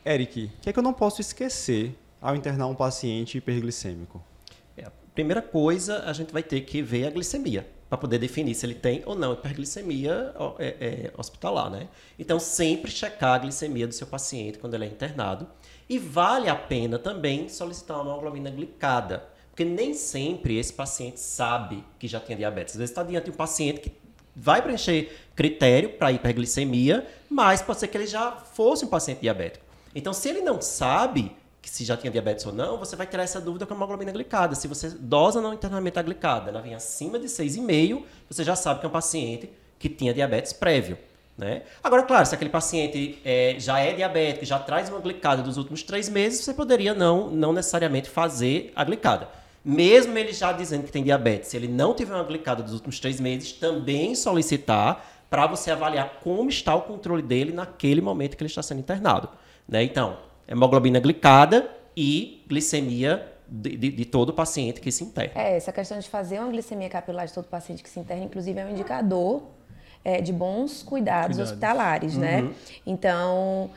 Eric, o que é que eu não posso esquecer ao internar um paciente hiperglicêmico? A primeira coisa, a gente vai ter que ver a glicemia, para poder definir se ele tem ou não hiperglicemia hospitalar, né? Então, sempre checar a glicemia do seu paciente quando ele é internado. E vale a pena também solicitar uma hemoglobina glicada, porque nem sempre esse paciente sabe que já tinha diabetes. Às vezes está diante de um paciente que vai preencher critério para hiperglicemia, mas pode ser que ele já fosse um paciente diabético. Então, se ele não sabe se já tinha diabetes ou não, você vai tirar essa dúvida com a hemoglobina glicada. Se você dosa não internamente a glicada, ela vem acima de 6,5, você já sabe que é um paciente que tinha diabetes prévio, né? Agora, claro, se aquele paciente já é diabético, já traz uma glicada dos últimos 3 meses, você poderia não necessariamente fazer a glicada. Mesmo ele já dizendo que tem diabetes, se ele não tiver uma glicada dos últimos 3 meses, também solicitar para você avaliar como está o controle dele naquele momento que ele está sendo internado, né? Então, hemoglobina glicada e glicemia de todo paciente que se interna. Essa questão de fazer uma glicemia capilar de todo paciente que se interna, inclusive, é um indicador de bons cuidados hospitalares, né? Então,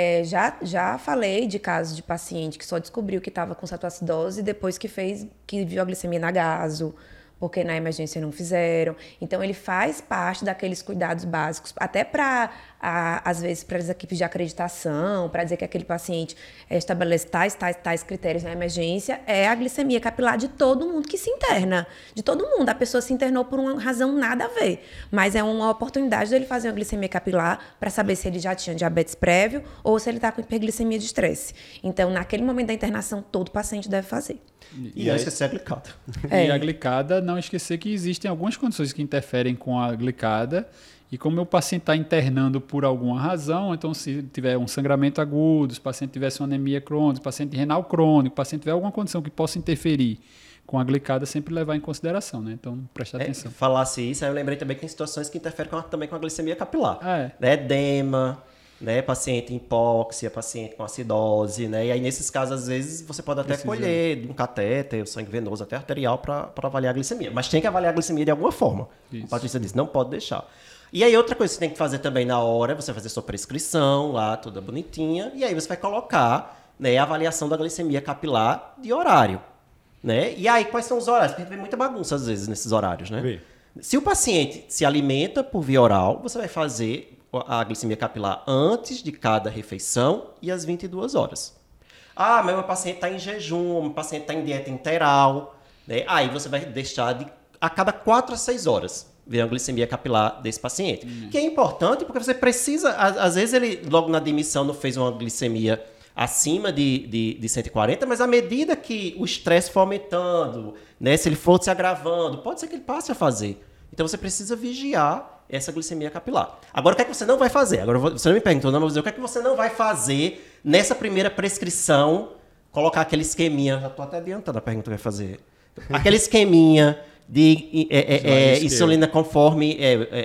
já falei de casos de paciente que só descobriu que estava com cetoacidose depois que viu a glicemia na gaso, porque na emergência não fizeram. Então, ele faz parte daqueles cuidados básicos, até para, às vezes, para as equipes de acreditação, para dizer que aquele paciente estabelece tais critérios na emergência, é a glicemia capilar de todo mundo que se interna. De todo mundo. A pessoa se internou por uma razão nada a ver, mas é uma oportunidade dele fazer uma glicemia capilar para saber se ele já tinha diabetes prévio ou se ele está com hiperglicemia de estresse. Então, naquele momento da internação, todo paciente deve fazer. E não esquecer a glicada. E a glicada, não esquecer que existem algumas condições que interferem com a glicada. E como o paciente está internando por alguma razão, então se tiver um sangramento agudo, se o paciente tivesse uma anemia crônica, se o paciente renal crônico, se o paciente tiver alguma condição que possa interferir com a glicada, sempre levar em consideração, né? Então, prestar atenção. Falasse isso, aí eu lembrei também que tem situações que interferem também com a glicemia capilar. Né? Edema, né? Paciente em hipóxia, paciente com acidose, né? E aí, nesses casos, às vezes, você pode até colher um catéter, o sangue venoso, até arterial, para avaliar a glicemia. Mas tem que avaliar a glicemia de alguma forma. Como a Patrícia disse, não pode deixar. E aí, outra coisa que você tem que fazer também na hora é você fazer sua prescrição lá, toda bonitinha, e aí você vai colocar, né, a avaliação da glicemia capilar de horário, né? E aí, quais são os horários? Porque a gente vê muita bagunça, às vezes, nesses horários, né? Se o paciente se alimenta por via oral, você vai fazer a glicemia capilar antes de cada refeição e às 22 horas. Ah, mas o meu paciente está em jejum, o meu paciente está em dieta interal, né? Aí você vai deixar a cada 4 a 6 horas ver a glicemia capilar desse paciente. Que é importante porque você precisa, às vezes ele logo na admissão não fez uma glicemia acima de 140, mas à medida que o estresse for aumentando, né, se ele for se agravando, pode ser que ele passe a fazer. Então você precisa vigiar essa glicemia capilar. Agora, o que é que você não vai fazer? Agora, você não me perguntou, não, mas o que é que você não vai fazer nessa primeira prescrição? Colocar aquele esqueminha, já estou até adiantando a pergunta que vai fazer. Aquele esqueminha de insulina conforme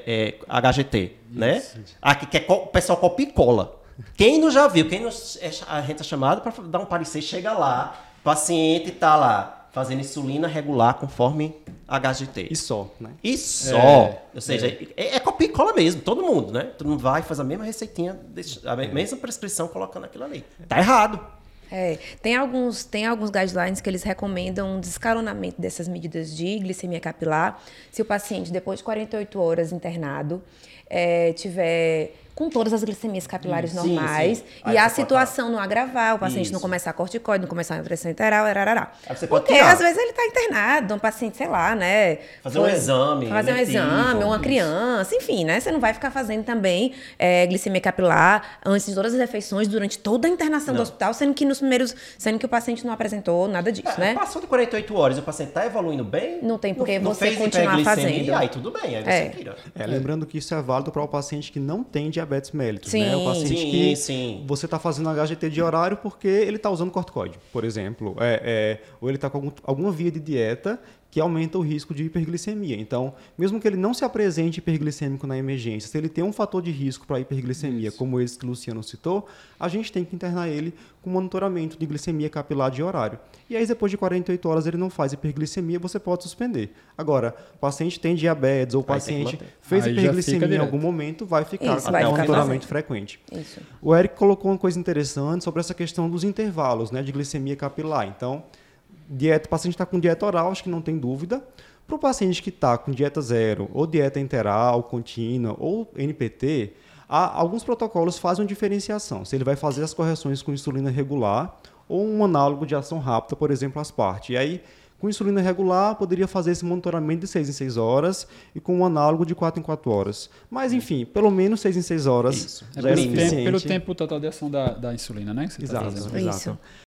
HGT, né? Aqui, que o pessoal copia e cola. Quem não já viu, a gente é chamado para dar um parecer, chega lá, o paciente está lá fazendo insulina regular conforme HGT. E só, né? E só. Ou seja, é copia e cola mesmo, todo mundo, né? Todo mundo vai, faz a mesma receitinha, a mesma prescrição colocando aquilo ali. Tá errado. Tem alguns guidelines que eles recomendam um descalonamento dessas medidas de glicemia capilar se o paciente, depois de 48 horas internado, tiver com todas as glicemias capilares normais e a situação não agravar, o paciente não começar corticoide, não começar a pressão interal, porque às vezes ele está internado, um paciente, sei lá, né? Fazer um exame, uma criança, enfim, né? Você não vai ficar fazendo também glicemia capilar antes de todas as refeições, durante toda a internação do hospital, sendo que o paciente não apresentou nada disso, né? Passou de 48 horas e o paciente está evoluindo bem, não tem porque não você continuar fazendo. Aí tudo bem, aí você tira. Lembrando que isso é válido para o paciente que não tem diabetes mellitus, sim, né? O paciente você está fazendo HGT de horário porque ele está usando corticoide, por exemplo, ou ele está com alguma via de dieta que aumenta o risco de hiperglicemia. Então, mesmo que ele não se apresente hiperglicêmico na emergência, se ele tem um fator de risco para hiperglicemia, como esse que o Luciano citou, a gente tem que internar ele com monitoramento de glicemia capilar de horário. E aí, depois de 48 horas, ele não faz hiperglicemia, você pode suspender. Agora, o paciente tem diabetes ou o paciente fez hiperglicemia em algum momento, vai ficar com monitoramento frequente. Isso. O Eric colocou uma coisa interessante sobre essa questão dos intervalos, né, de glicemia capilar. Então, o paciente está com dieta oral, acho que não tem dúvida. Para o paciente que está com dieta zero, ou dieta enteral, contínua, ou NPT, alguns protocolos fazem uma diferenciação. Se ele vai fazer as correções com insulina regular ou um análogo de ação rápida, por exemplo, Aspart. E aí, com insulina regular, poderia fazer esse monitoramento de 6 em 6 horas e com um análogo de 4 em 4 horas. Mas, enfim, pelo menos 6 em 6 horas Isso. já é suficiente. Pelo tempo total de ação da insulina, né? Que você Exato, tá fazendo. exato.